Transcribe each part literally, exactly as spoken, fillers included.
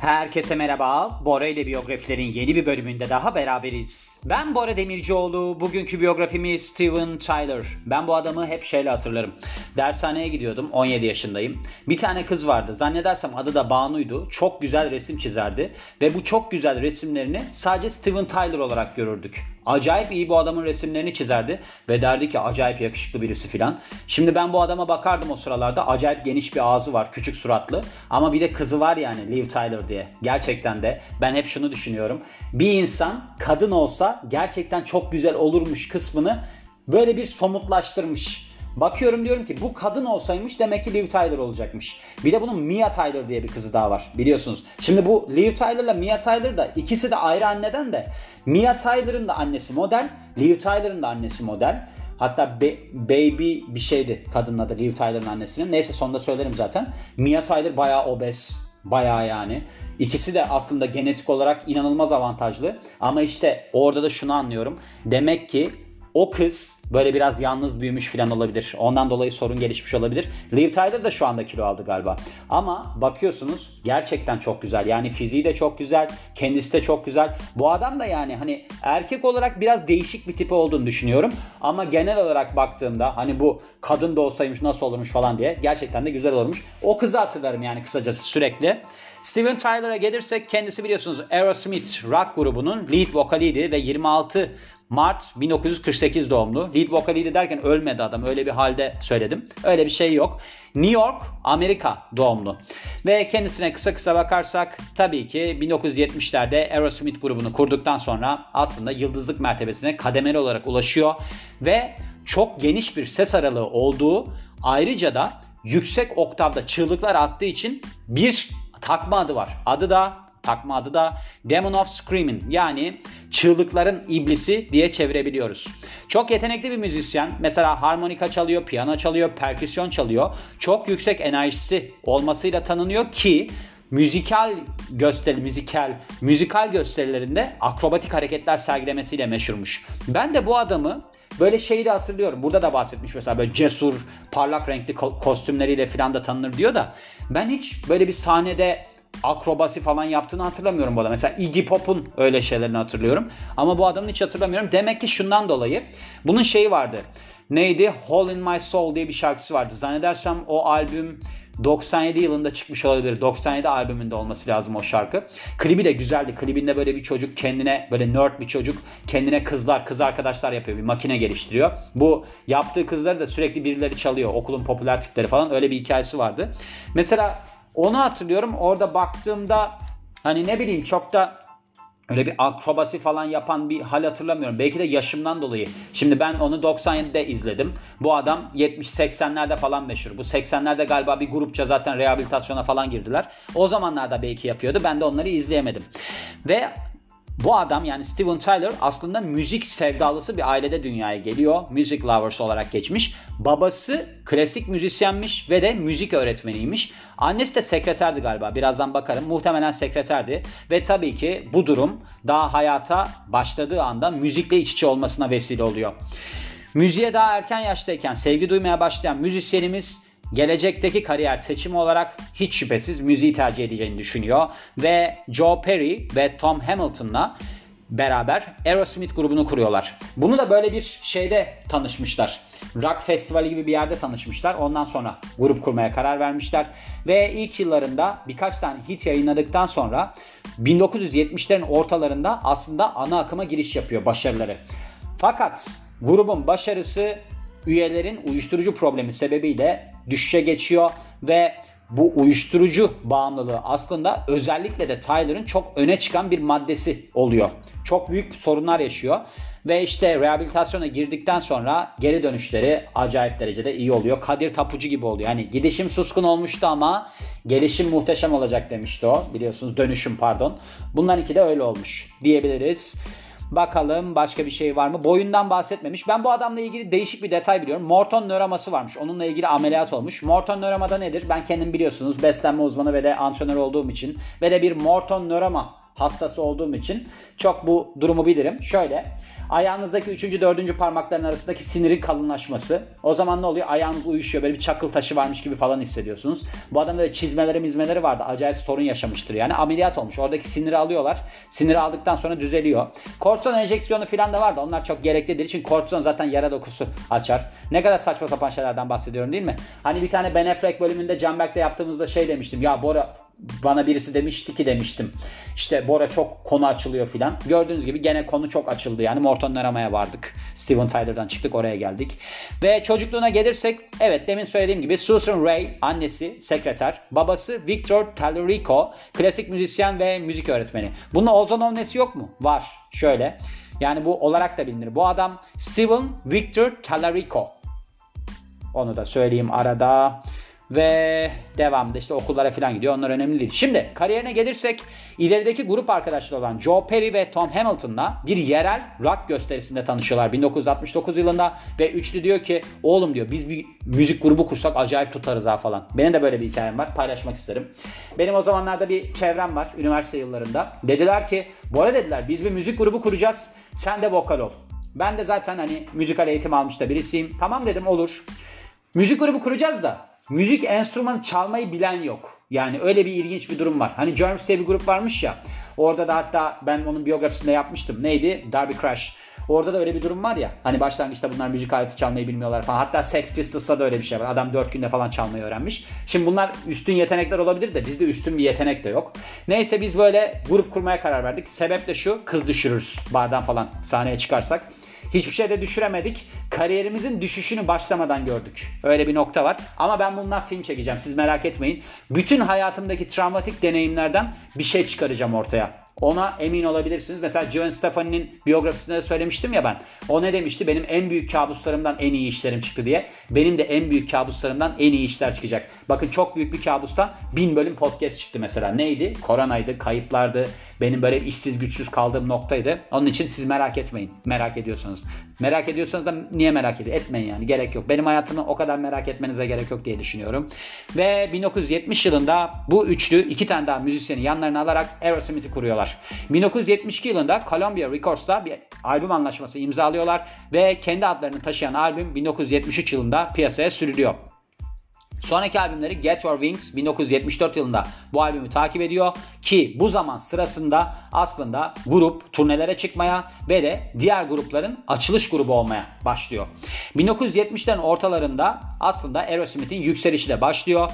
Herkese merhaba. Bora ile biyografilerin yeni bir bölümünde daha beraberiz. Ben Bora Demircioğlu. Bugünkü biyografimiz Steven Tyler. Ben bu adamı hep şeyle hatırlarım. Dershaneye gidiyordum. on yedi yaşındayım. Bir tane kız vardı. Zannedersem adı da Banu'ydu. Çok güzel resim çizerdi. Ve bu çok güzel resimlerini sadece Steven Tyler olarak görürdük. Acayip iyi bu adamın resimlerini çizerdi. Ve derdi ki acayip yakışıklı birisi filan. Şimdi ben bu adama bakardım o sıralarda. Acayip geniş bir ağzı var. Küçük suratlı. Ama bir de kızı var yani Liv Tyler diye. Gerçekten de ben hep şunu düşünüyorum. Bir insan kadın olsa gerçekten çok güzel olurmuş kısmını böyle bir somutlaştırmış. Bakıyorum diyorum ki bu kadın olsaymış demek ki Liv Tyler olacakmış. Bir de bunun Mia Tyler diye bir kızı daha var biliyorsunuz. Şimdi bu Liv Tyler'la Mia Tyler da ikisi de ayrı anneden de. Mia Tyler'ın da annesi model, Liv Tyler'ın da annesi model. Hatta be- Baby bir şeydi kadının adı Liv Tyler'ın annesinin. Neyse sonunda söylerim zaten. Mia Tyler bayağı obez. Bayağı yani. İkisi de aslında genetik olarak inanılmaz avantajlı. Ama işte orada da şunu anlıyorum. Demek ki o kız böyle biraz yalnız büyümüş falan olabilir. Ondan dolayı sorun gelişmiş olabilir. Liv Tyler da şu anda kilo aldı galiba. Ama bakıyorsunuz gerçekten çok güzel. Yani fiziği de çok güzel. Kendisi de çok güzel. Bu adam da yani hani erkek olarak biraz değişik bir tipi olduğunu düşünüyorum. Ama genel olarak baktığımda hani bu kadın da olsaymış nasıl olurmuş falan diye gerçekten de güzel olmuş. O kızı hatırlarım yani kısacası sürekli. Steven Tyler'a gelirsek kendisi biliyorsunuz Aerosmith rock grubunun lead vokaliydi ve yirmi altı Mart bin dokuz yüz kırk sekiz doğumlu. Lead vokaliydi derken ölmedi adam. Öyle bir halde söyledim. Öyle bir şey yok. New York, Amerika doğumlu. Ve kendisine kısa kısa bakarsak tabii ki bin dokuz yüz yetmişlerde Aerosmith grubunu kurduktan sonra aslında yıldızlık mertebesine kademeli olarak ulaşıyor. Ve çok geniş bir ses aralığı olduğu ayrıca da yüksek oktavda çığlıklar attığı için bir takma adı var. Adı da Takma adı da Demon of Screaming yani çığlıkların iblisi diye çevirebiliyoruz. Çok yetenekli bir müzisyen. Mesela harmonika çalıyor, piyano çalıyor, perküsyon çalıyor. Çok yüksek enerjisi olmasıyla tanınıyor ki müzikal gösteri, müzikal, müzikal gösterilerinde akrobatik hareketler sergilemesiyle meşhurmuş. Ben de bu adamı böyle şeyi de hatırlıyorum. Burada da bahsetmiş mesela böyle cesur, parlak renkli ko- kostümleriyle falan da tanınır diyor da ben hiç böyle bir sahnede akrobasi falan yaptığını hatırlamıyorum bu arada. Mesela Iggy Pop'un öyle şeylerini hatırlıyorum. Ama bu adamın hiç hatırlamıyorum. Demek ki şundan dolayı bunun şeyi vardı. Neydi? Hole in My Soul diye bir şarkısı vardı. Zannedersem o albüm doksan yedi yılında çıkmış olabilir. doksan yedi albümünde olması lazım o şarkı. Klibi de güzeldi. Klibinde böyle bir çocuk kendine böyle nerd bir çocuk kendine kızlar, kız arkadaşlar yapıyor. Bir makine geliştiriyor. Bu yaptığı kızları da sürekli birileri çalıyor. Okulun popüler tipleri falan. Öyle bir hikayesi vardı. Mesela onu hatırlıyorum. Orada baktığımda hani ne bileyim çok da öyle bir akrobasi falan yapan bir hal hatırlamıyorum. Belki de yaşımdan dolayı. Şimdi ben onu doksan yedide izledim. Bu adam yetmiş seksenlerde falan meşhur. Bu seksenlerde galiba bir grupça zaten rehabilitasyona falan girdiler. O zamanlarda belki yapıyordu. Ben de onları izleyemedim. Ve bu adam yani Steven Tyler aslında müzik sevdalısı bir ailede dünyaya geliyor. Music lovers olarak geçmiş. Babası klasik müzisyenmiş ve de müzik öğretmeniymiş. Annesi de sekreterdi galiba. Birazdan bakarım. Muhtemelen sekreterdi. Ve tabii ki bu durum daha hayata başladığı anda müzikle iç içe olmasına vesile oluyor. Müziğe daha erken yaştayken sevgi duymaya başlayan müzisyenimiz gelecekteki kariyer seçimi olarak hiç şüphesiz müziği tercih edeceğini düşünüyor. Ve Joe Perry ve Tom Hamilton'la beraber Aerosmith grubunu kuruyorlar. Bunu da böyle bir şeyde tanışmışlar. Rock festivali gibi bir yerde tanışmışlar. Ondan sonra grup kurmaya karar vermişler. Ve ilk yıllarında birkaç tane hit yayınladıktan sonra bin dokuz yüz yetmişlerin ortalarında aslında ana akıma giriş yapıyor başarıları. Fakat grubun başarısı üyelerin uyuşturucu problemi sebebiyle düşüşe geçiyor ve bu uyuşturucu bağımlılığı aslında özellikle de Tyler'ın çok öne çıkan bir maddesi oluyor. Çok büyük sorunlar yaşıyor ve işte rehabilitasyona girdikten sonra geri dönüşleri acayip derecede iyi oluyor. Kadir Tapucu gibi oluyor. Yani gidişim suskun olmuştu ama gelişim muhteşem olacak demişti o. Biliyorsunuz dönüşüm pardon. Bundan iki de öyle olmuş diyebiliriz. Bakalım başka bir şey var mı? Boyundan bahsetmemiş. Ben bu adamla ilgili değişik bir detay biliyorum. Morton nöroması varmış. Onunla ilgili ameliyat olmuş. Morton nöroma da nedir? Ben kendim biliyorsunuz beslenme uzmanı ve de antrenör olduğum için ve de bir Morton nöroma hastası olduğum için çok bu durumu bilirim. Şöyle, ayağınızdaki üçüncü dördüncü parmakların arasındaki sinirin kalınlaşması. O zaman ne oluyor? Ayağınız uyuşuyor. Böyle bir çakıl taşı varmış gibi falan hissediyorsunuz. Bu adamda böyle çizmeleri mizmeleri vardı. Acayip sorun yaşamıştır yani. Ameliyat olmuş. Oradaki siniri alıyorlar. Siniri aldıktan sonra düzeliyor. Kortizon enjeksiyonu falan da vardı. Onlar çok gereklidir. Çünkü kortizon zaten yara dokusu açar. Ne kadar saçma sapan şeylerden bahsediyorum değil mi? Hani bir tane Ben Affleck bölümünde Canberk'te yaptığımızda şey demiştim. Ya Bora, bana birisi demişti ki demiştim. İşte Bora çok konu açılıyor filan. Gördüğünüz gibi gene konu çok açıldı yani. Morton'un aramaya vardık. Steven Tyler'dan çıktık, oraya geldik. Ve çocukluğuna gelirsek, evet demin söylediğim gibi Susan Ray annesi sekreter. Babası Victor Tallarico klasik müzisyen ve müzik öğretmeni. Bunun Ozanov nesi yok mu? Var. Şöyle. Yani bu olarak da bilinir. Bu adam Steven Victor Tallarico. Onu da söyleyeyim arada. Ve devamında işte okullara falan gidiyor. Onlar önemli değil. Şimdi kariyerine gelirsek, ilerideki grup arkadaşları olan Joe Perry ve Tom Hamilton'la bir yerel rock gösterisinde tanışıyorlar bin dokuz yüz altmış dokuz yılında ve üçlü diyor ki oğlum diyor biz bir müzik grubu kursak acayip tutarız ha falan. Benim de böyle bir hikayem var, paylaşmak isterim. Benim o zamanlarda bir çevrem var üniversite yıllarında. Dediler ki Bora dediler biz bir müzik grubu kuracağız, sen de vokal ol. Ben de zaten hani müzikal eğitim almış da birisiyim. Tamam dedim, olur. Müzik grubu kuracağız da müzik enstrümanı çalmayı bilen yok. Yani öyle bir ilginç bir durum var. Hani Germs diye bir grup varmış ya. Orada da hatta ben onun biyografisinde yapmıştım. Neydi? Darby Crash. Orada da öyle bir durum var ya. Hani başlangıçta bunlar müzik aleti çalmayı bilmiyorlar falan. Hatta Sex Pistols'ta da öyle bir şey var. Adam dört günde falan çalmayı öğrenmiş. Şimdi bunlar üstün yetenekler olabilir de bizde üstün bir yetenek de yok. Neyse biz böyle grup kurmaya karar verdik. Sebep de şu. Kız düşürürüz bardan falan sahneye çıkarsak. Hiçbir şeyde düşüremedik. Kariyerimizin düşüşünü başlamadan gördük. Öyle bir nokta var. Ama ben bundan film çekeceğim. Siz merak etmeyin. Bütün hayatımdaki travmatik deneyimlerden bir şey çıkaracağım ortaya. Ona emin olabilirsiniz. Mesela Gwen Stefani'nin biyografisinde de söylemiştim ya ben. O ne demişti? Benim en büyük kabuslarımdan en iyi işlerim çıktı diye. Benim de en büyük kabuslarımdan en iyi işler çıkacak. Bakın çok büyük bir kabustan bin bölüm podcast çıktı mesela. Neydi? Koronaydı, kayıplardı. Benim böyle işsiz güçsüz kaldığım noktaydı. Onun için siz merak etmeyin. Merak ediyorsanız. Merak ediyorsanız da niye merak ediyor? Etmeyin yani. Gerek yok. Benim hayatımı o kadar merak etmenize gerek yok diye düşünüyorum. Ve bin dokuz yüz yetmiş yılında bu üçlü iki tane daha müzisyeni yanlarına alarak Aerosmith'i kuruyorlar. bin dokuz yüz yetmiş iki yılında Columbia Records'ta bir albüm anlaşması imzalıyorlar ve kendi adlarını taşıyan albüm bin dokuz yüz yetmiş üç yılında piyasaya sürülüyor. Sonraki albümleri Get Your Wings bin dokuz yüz yetmiş dört yılında bu albümü takip ediyor ki bu zaman sırasında aslında grup turnelere çıkmaya ve de diğer grupların açılış grubu olmaya başlıyor. bin dokuz yüz yetmişlerin ortalarında aslında Aerosmith'in yükselişi de başlıyor.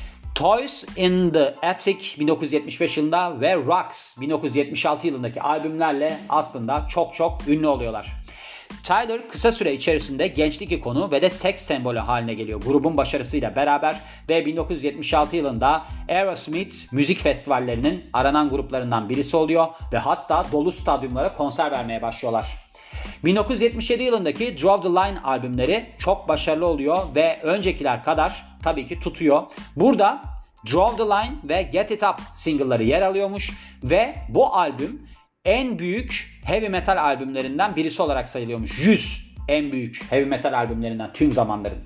Toys in the Attic bin dokuz yüz yetmiş beş yılında ve Rocks bin dokuz yüz yetmiş altı yılındaki albümlerle aslında çok çok ünlü oluyorlar. Tyler kısa süre içerisinde gençlik ikonu ve de seks sembolü haline geliyor grubun başarısıyla beraber ve bin dokuz yüz yetmiş altı yılında Aerosmith müzik festivallerinin aranan gruplarından birisi oluyor ve hatta dolu stadyumlara konser vermeye başlıyorlar. bin dokuz yüz yetmiş yedi yılındaki Draw the Line albümleri çok başarılı oluyor ve öncekiler kadar tabii ki tutuyor. Burada Draw the Line ve Get It Up single'ları yer alıyormuş ve bu albüm en büyük heavy metal albümlerinden birisi olarak sayılıyormuş. yüz en büyük heavy metal albümlerinden tüm zamanların.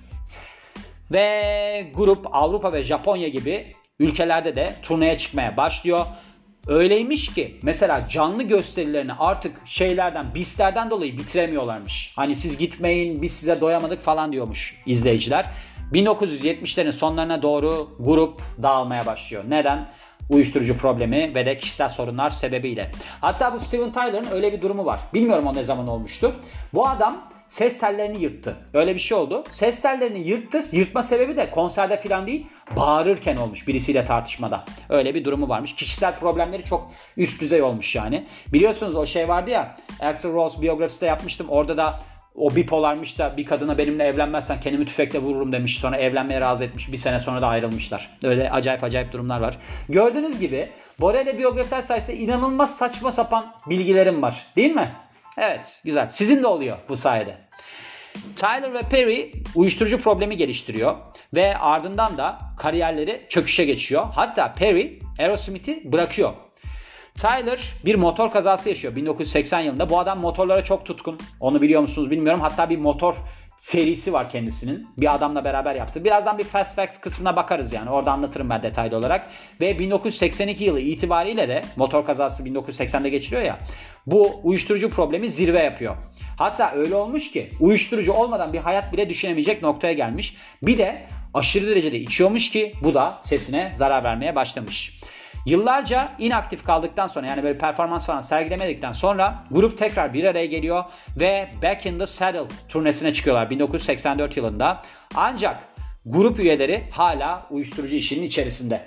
Ve grup Avrupa ve Japonya gibi ülkelerde de turneye çıkmaya başlıyor. Öyleymiş ki mesela canlı gösterilerini artık şeylerden, bislerden dolayı bitiremiyorlarmış. Hani siz gitmeyin, biz size doyamadık falan diyormuş izleyiciler. bin dokuz yüz yetmişlerin sonlarına doğru grup dağılmaya başlıyor. Neden? Uyuşturucu problemi ve de kişisel sorunlar sebebiyle. Hatta bu Steven Tyler'ın öyle bir durumu var. Bilmiyorum o ne zaman olmuştu. Bu adam ses tellerini yırttı. Öyle bir şey oldu. Ses tellerini yırttı. Yırtma sebebi de konserde falan değil, bağırırken olmuş birisiyle tartışmada. Öyle bir durumu varmış. Kişisel problemleri çok üst düzey olmuş yani. Biliyorsunuz o şey vardı ya, Axl Rose biyografisi de yapmıştım. Orada da o bipolarmış da bir kadına benimle evlenmezsen kendimi tüfekle vururum demiş. Sonra evlenmeye razı etmiş. Bir sene sonra da ayrılmışlar. Öyle acayip acayip durumlar var. Gördüğünüz gibi Bora ile biyografiler sayesinde inanılmaz saçma sapan bilgilerim var. Değil mi? Evet, güzel. Sizin de oluyor bu sayede. Tyler ve Perry uyuşturucu problemi geliştiriyor ve ardından da kariyerleri çöküşe geçiyor. Hatta Perry Aerosmith'i bırakıyor. Tyler bir motor kazası yaşıyor bin dokuz yüz seksen yılında. Bu adam motorlara çok tutkun. Onu biliyor musunuz bilmiyorum. Hatta bir motor serisi var kendisinin. Bir adamla beraber yaptı. Birazdan bir Fast Facts kısmına bakarız yani. Orada anlatırım ben detaylı olarak. Ve bin dokuz yüz seksen iki yılı itibariyle de motor kazası bin dokuz yüz seksende geçiriyor ya. Bu uyuşturucu problemi zirve yapıyor. Hatta öyle olmuş ki uyuşturucu olmadan bir hayat bile düşünemeyecek noktaya gelmiş. Bir de aşırı derecede içiyormuş ki bu da sesine zarar vermeye başlamış. Yıllarca inaktif kaldıktan sonra yani böyle performans falan sergilemedikten sonra grup tekrar bir araya geliyor ve Back in the Saddle turnesine çıkıyorlar bin dokuz yüz seksen dört yılında. Ancak grup üyeleri hala uyuşturucu işinin içerisinde.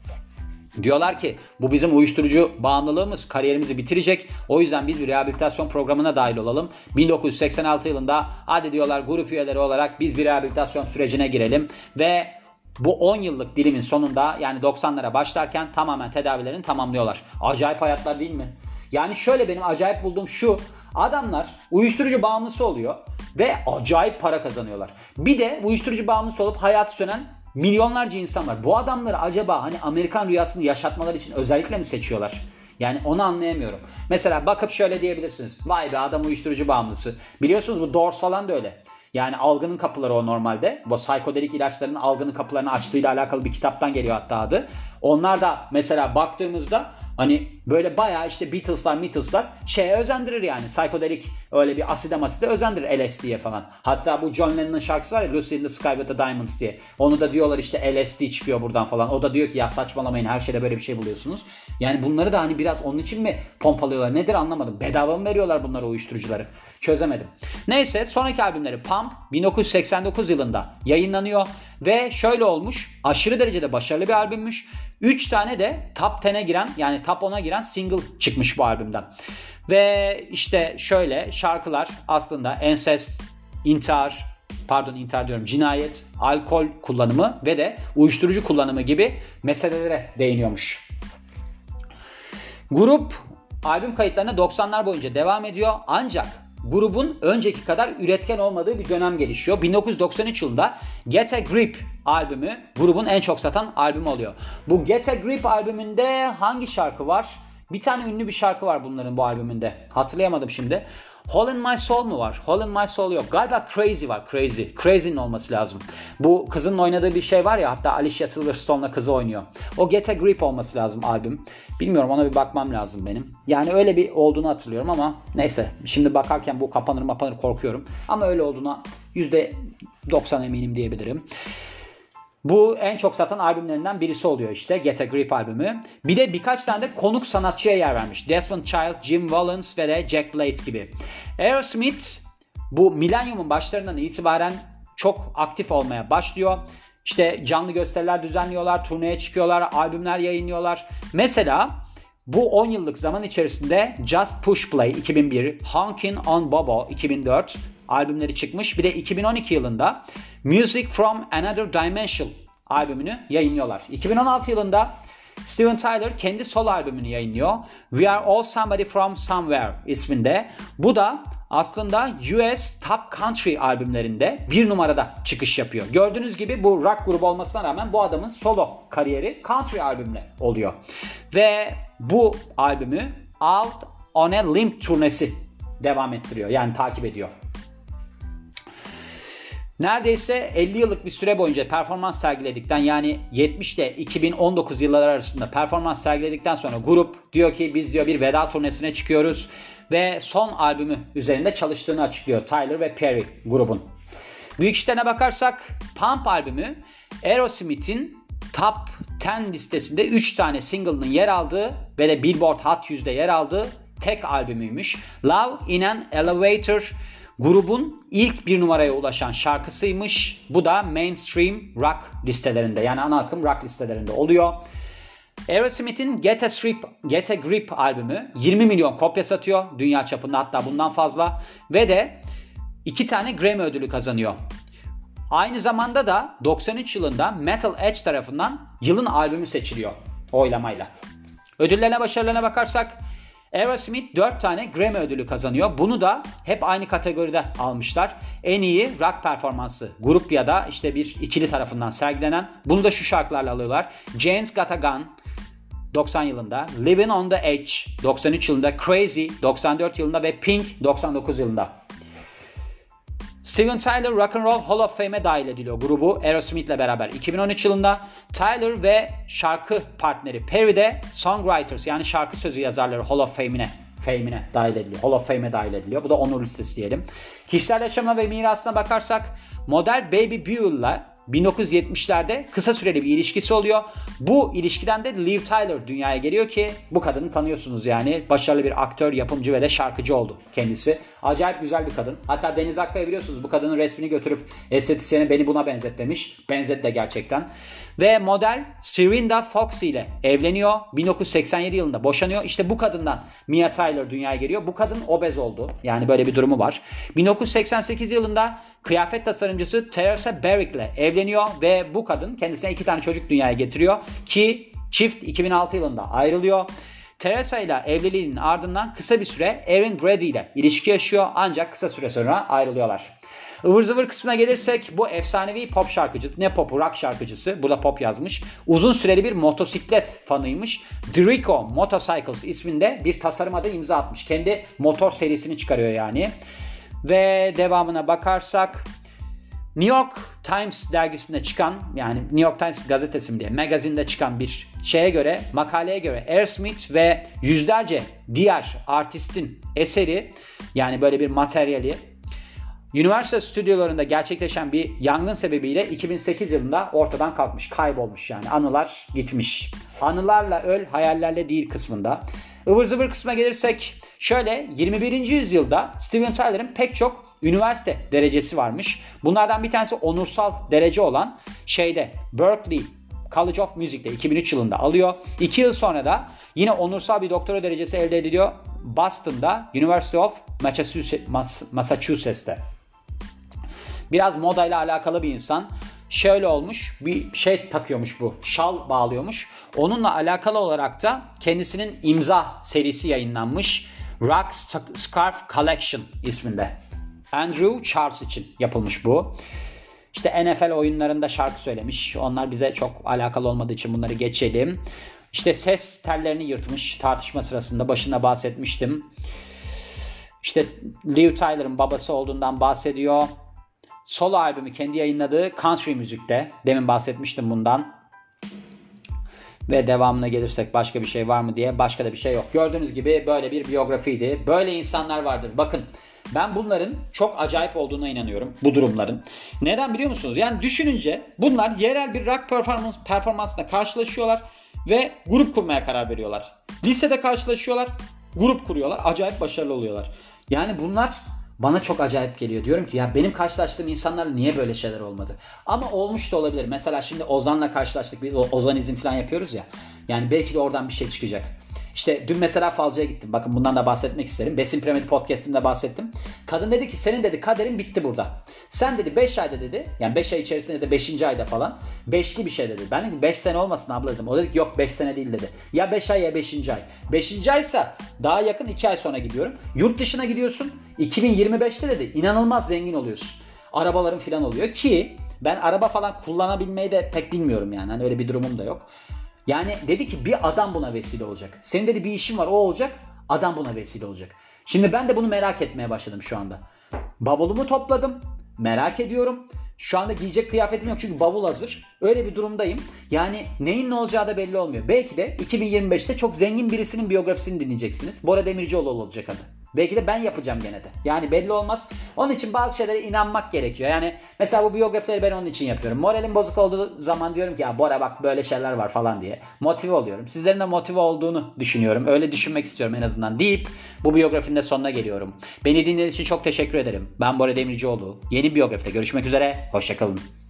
Diyorlar ki bu bizim uyuşturucu bağımlılığımız kariyerimizi bitirecek. O yüzden biz bir rehabilitasyon programına dahil olalım. bin dokuz yüz seksen altı yılında hadi diyorlar grup üyeleri olarak biz bir rehabilitasyon sürecine girelim ve bu on yıllık dilimin sonunda yani doksanlara başlarken tamamen tedavilerini tamamlıyorlar. Acayip hayatlar değil mi? Yani şöyle benim acayip bulduğum şu. Adamlar uyuşturucu bağımlısı oluyor ve acayip para kazanıyorlar. Bir de uyuşturucu bağımlısı olup hayatı sönen milyonlarca insan var. Bu adamları acaba hani Amerikan rüyasını yaşatmaları için özellikle mi seçiyorlar? Yani onu anlayamıyorum. Mesela bakıp şöyle diyebilirsiniz. Vay be adam uyuşturucu bağımlısı. Biliyorsunuz bu Doors falan da öyle. Yani algının kapıları o normalde. Bu psikodelik ilaçların algının kapılarını açtığıyla alakalı bir kitaptan geliyor hatta adı. Onlar da mesela baktığımızda hani böyle bayağı işte Beatles'lar, Beatles'lar şeye özendirir yani. Psikodelik öyle bir aside maside özendirir L S D'ye falan. Hatta bu John Lennon'ın şarkısı var ya Lucy in the Sky with the Diamonds diye. Onu da diyorlar işte L S D çıkıyor buradan falan. O da diyor ki ya saçmalamayın her şeyde böyle bir şey buluyorsunuz. Yani bunları da hani biraz onun için mi pompalıyorlar nedir anlamadım. Bedava mı veriyorlar bunlara uyuşturucuları? Çözemedim. Neyse sonraki albümleri Pump bin dokuz yüz seksen dokuz yılında yayınlanıyor. Ve şöyle olmuş aşırı derecede başarılı bir albümmüş. üç tane de top on'a giren yani top ona giren single çıkmış bu albümden. Ve işte şöyle şarkılar aslında ensest, intihar, pardon intihar diyorum cinayet, alkol kullanımı ve de uyuşturucu kullanımı gibi meselelere değiniyormuş. Grup albüm kayıtlarına doksanlar boyunca devam ediyor ancak grubun önceki kadar üretken olmadığı bir dönem gelişiyor. bin dokuz yüz doksan üç yılında Get a Grip albümü grubun en çok satan albümü oluyor. Bu Get a Grip albümünde hangi şarkı var? Bir tane ünlü bir şarkı var bunların bu albümünde. Hatırlayamadım şimdi. Hole in My Soul mu var? Hole in My Soul yok. Galiba Crazy var. Crazy. Crazy'nin olması lazım. Bu kızın oynadığı bir şey var ya hatta Alicia Silverstone'la kızı oynuyor. O Get a Grip olması lazım albüm. Bilmiyorum ona bir bakmam lazım benim. Yani öyle bir olduğunu hatırlıyorum ama neyse. Şimdi bakarken bu kapanır mapanır korkuyorum. Ama öyle olduğuna yüzde doksan eminim diyebilirim. Bu en çok satan albümlerinden birisi oluyor işte Get a Grip albümü. Bir de birkaç tane de konuk sanatçıya yer vermiş. Desmond Child, Jim Valance ve de Jack Blades gibi. Aerosmith bu milenyumun başlarından itibaren çok aktif olmaya başlıyor. İşte canlı gösteriler düzenliyorlar, turneye çıkıyorlar, albümler yayınlıyorlar. Mesela bu on yıllık zaman içerisinde Just Push Play iki bin bir, Honkin' on Bobo iki bin dört albümleri çıkmış. Bir de iki bin on iki yılında Music from Another Dimension albümünü yayınlıyorlar. iki bin on altı yılında Steven Tyler kendi solo albümünü yayınlıyor. We Are All Somebody From Somewhere isminde. Bu da aslında U S Top Country albümlerinde bir numarada çıkış yapıyor. Gördüğünüz gibi bu rock grubu olmasına rağmen bu adamın solo kariyeri country albümle oluyor. Ve bu albümü Out on a Limb turnesi devam ettiriyor. Yani takip ediyor. Neredeyse elli yıllık bir süre boyunca performans sergiledikten yani yetmiş ile iki bin on dokuz yılları arasında performans sergiledikten sonra grup diyor ki biz diyor bir veda turnesine çıkıyoruz ve son albümü üzerinde çalıştığını açıklıyor Tyler ve Perry grubun. Büyük işlerine bakarsak Pump albümü Aerosmith'in Top on listesinde üç tane single'ının yer aldığı ve de Billboard Hot yüzde yer aldığı tek albümüymüş. Love in an Elevator grubun ilk bir numaraya ulaşan şarkısıymış. Bu da mainstream rock listelerinde yani ana akım rock listelerinde oluyor. Aerosmith'in Get a, Strip, Get a Grip albümü yirmi milyon kopya satıyor. Dünya çapında hatta bundan fazla. Ve de iki tane Grammy ödülü kazanıyor. Aynı zamanda da doksan üç yılında Metal Edge tarafından yılın albümü seçiliyor oylamayla. Ödüllerine başarılarına bakarsak Aerosmith dört tane Grammy ödülü kazanıyor. Bunu da hep aynı kategoride almışlar. En iyi rock performansı grup ya da işte bir ikili tarafından sergilenen. Bunu da şu şarkılarla alıyorlar. Jane's Got a Gun doksan yılında, Living on the Edge doksan üç yılında, Crazy doksan dört yılında ve Pink doksan dokuz yılında. Steven Tyler Rock and Roll Hall of Fame'e dahil ediliyor grubu Aerosmith'le beraber iki bin on üç yılında. Tyler ve şarkı partneri Perry de Songwriters yani şarkı sözü yazarları Hall of Fame'ine Fame'ine dahil ediliyor. Hall of Fame'e dahil ediliyor. Bu da onur listesi diyelim. Kişisel yaşamına ve mirasına bakarsak model Baby Buell'la bin dokuz yüz yetmişlerde kısa süreli bir ilişkisi oluyor. Bu ilişkiden de Liv Tyler dünyaya geliyor ki bu kadını tanıyorsunuz yani. Başarılı bir aktör, yapımcı ve de şarkıcı oldu kendisi. Acayip güzel bir kadın. Hatta Deniz Akkaya biliyorsunuz bu kadının resmini götürüp estetisyene beni buna benzet demiş. Benzet de gerçekten. Ve model Serinda Fox ile evleniyor. bin dokuz yüz seksen yedi yılında boşanıyor. İşte bu kadından Mia Tyler dünyaya geliyor. Bu kadın obez oldu. Yani böyle bir durumu var. bin dokuz yüz seksen sekiz yılında kıyafet tasarımcısı Teresa Barrick ile evleniyor ve bu kadın kendisine iki tane çocuk dünyaya getiriyor ki çift iki bin altı yılında ayrılıyor. Teresa ile evliliğinin ardından kısa bir süre Erin Grady ile ilişki yaşıyor ancak kısa süre sonra ayrılıyorlar. Ivır zıvır kısmına gelirsek bu efsanevi pop şarkıcısı, ne popu, rock şarkıcısı, burada pop yazmış. Uzun süreli bir motosiklet fanıymış. Dirico Motorcycles isminde bir tasarıma da imza atmış. Kendi motor serisini çıkarıyor yani. Ve devamına bakarsak New York Times dergisinde çıkan yani New York Times gazetesi mi diye magazinde çıkan bir şeye göre makaleye göre Aerosmith ve yüzlerce diğer artistin eseri yani böyle bir materyali üniversite stüdyolarında gerçekleşen bir yangın sebebiyle iki bin sekiz yılında ortadan kalkmış, kaybolmuş yani anılar gitmiş. Anılarla öl, hayallerle değil kısmında. Ivır zıvır kısmına gelirsek şöyle yirmi birinci yüzyılda Steven Tyler'ın pek çok üniversite derecesi varmış. Bunlardan bir tanesi onursal derece olan şeyde Berklee College of Music'te iki bin üç yılında alıyor. iki yıl sonra da yine onursal bir doktora derecesi elde ediliyor Boston'da University of Massachusetts'te. Biraz modayla alakalı bir insan. Şöyle olmuş, bir şey takıyormuş bu, şal bağlıyormuş. Onunla alakalı olarak da kendisinin imza serisi yayınlanmış. Rock Scarf Collection isminde. Andrew Charles için yapılmış bu. İşte N F L oyunlarında şarkı söylemiş. Onlar bize çok alakalı olmadığı için bunları geçelim. İşte ses tellerini yırtmış tartışma sırasında, başında bahsetmiştim. İşte Liv Tyler'ın babası olduğundan bahsediyor. Solo albümü kendi yayınladığı country müzikte. Demin bahsetmiştim bundan. Ve devamına gelirsek başka bir şey var mı diye. Başka da bir şey yok. Gördüğünüz gibi böyle bir biyografiydi. Böyle insanlar vardır. Bakın ben bunların çok acayip olduğuna inanıyorum. Bu durumların. Neden biliyor musunuz? Yani düşününce bunlar yerel bir rock performans, performansla karşılaşıyorlar. Ve grup kurmaya karar veriyorlar. Lisede karşılaşıyorlar. Grup kuruyorlar. Acayip başarılı oluyorlar. Yani bunlar bana çok acayip geliyor. Diyorum ki ya benim karşılaştığım insanlarla niye böyle şeyler olmadı? Ama olmuş da olabilir. Mesela şimdi Ozan'la karşılaştık. Biz Ozanizm falan yapıyoruz ya. Yani belki de oradan bir şey çıkacak. İşte dün mesela falcıya gittim. Bakın bundan da bahsetmek isterim. Besin Piramidi podcast'imde bahsettim. Kadın dedi ki senin dedi kaderin bitti burada. Sen dedi beş ayda dedi. Yani beş ay içerisinde de beşinci ayda falan. beşli bir şey dedi. Ben dedim beş sene olmasın abla dedim. O dedi ki yok beş sene değil dedi. Ya beş ay ya beşinci ay. beşinci aysa daha yakın iki ay sonra gidiyorum. Yurt dışına gidiyorsun. iki bin yirmi beşte dedi inanılmaz zengin oluyorsun. Arabaların falan oluyor ki ben araba falan kullanabilmeyi de pek bilmiyorum yani. Hani öyle bir durumum da yok. Yani dedi ki bir adam buna vesile olacak. Senin dedi bir işin var o olacak. Adam buna vesile olacak. Şimdi ben de bunu merak etmeye başladım şu anda. Bavulumu topladım. Merak ediyorum. Şu anda giyecek kıyafetim yok çünkü bavul hazır. Öyle bir durumdayım. Yani neyin ne olacağı da belli olmuyor. Belki de iki bin yirmi beşte çok zengin birisinin biyografisini dinleyeceksiniz. Bora Demircioğlu olacak adı. Belki de ben yapacağım gene de. Yani belli olmaz. Onun için bazı şeylere inanmak gerekiyor. Yani mesela bu biyografileri ben onun için yapıyorum. Moralim bozuk olduğu zaman diyorum ki ya Bora bak böyle şeyler var falan diye. Motive oluyorum. Sizlerin de motive olduğunu düşünüyorum. Öyle düşünmek istiyorum en azından deyip bu biyografinin de sonuna geliyorum. Beni dinlediğiniz için çok teşekkür ederim. Ben Bora Demircioğlu. Yeni biyografide görüşmek üzere. Hoşçakalın.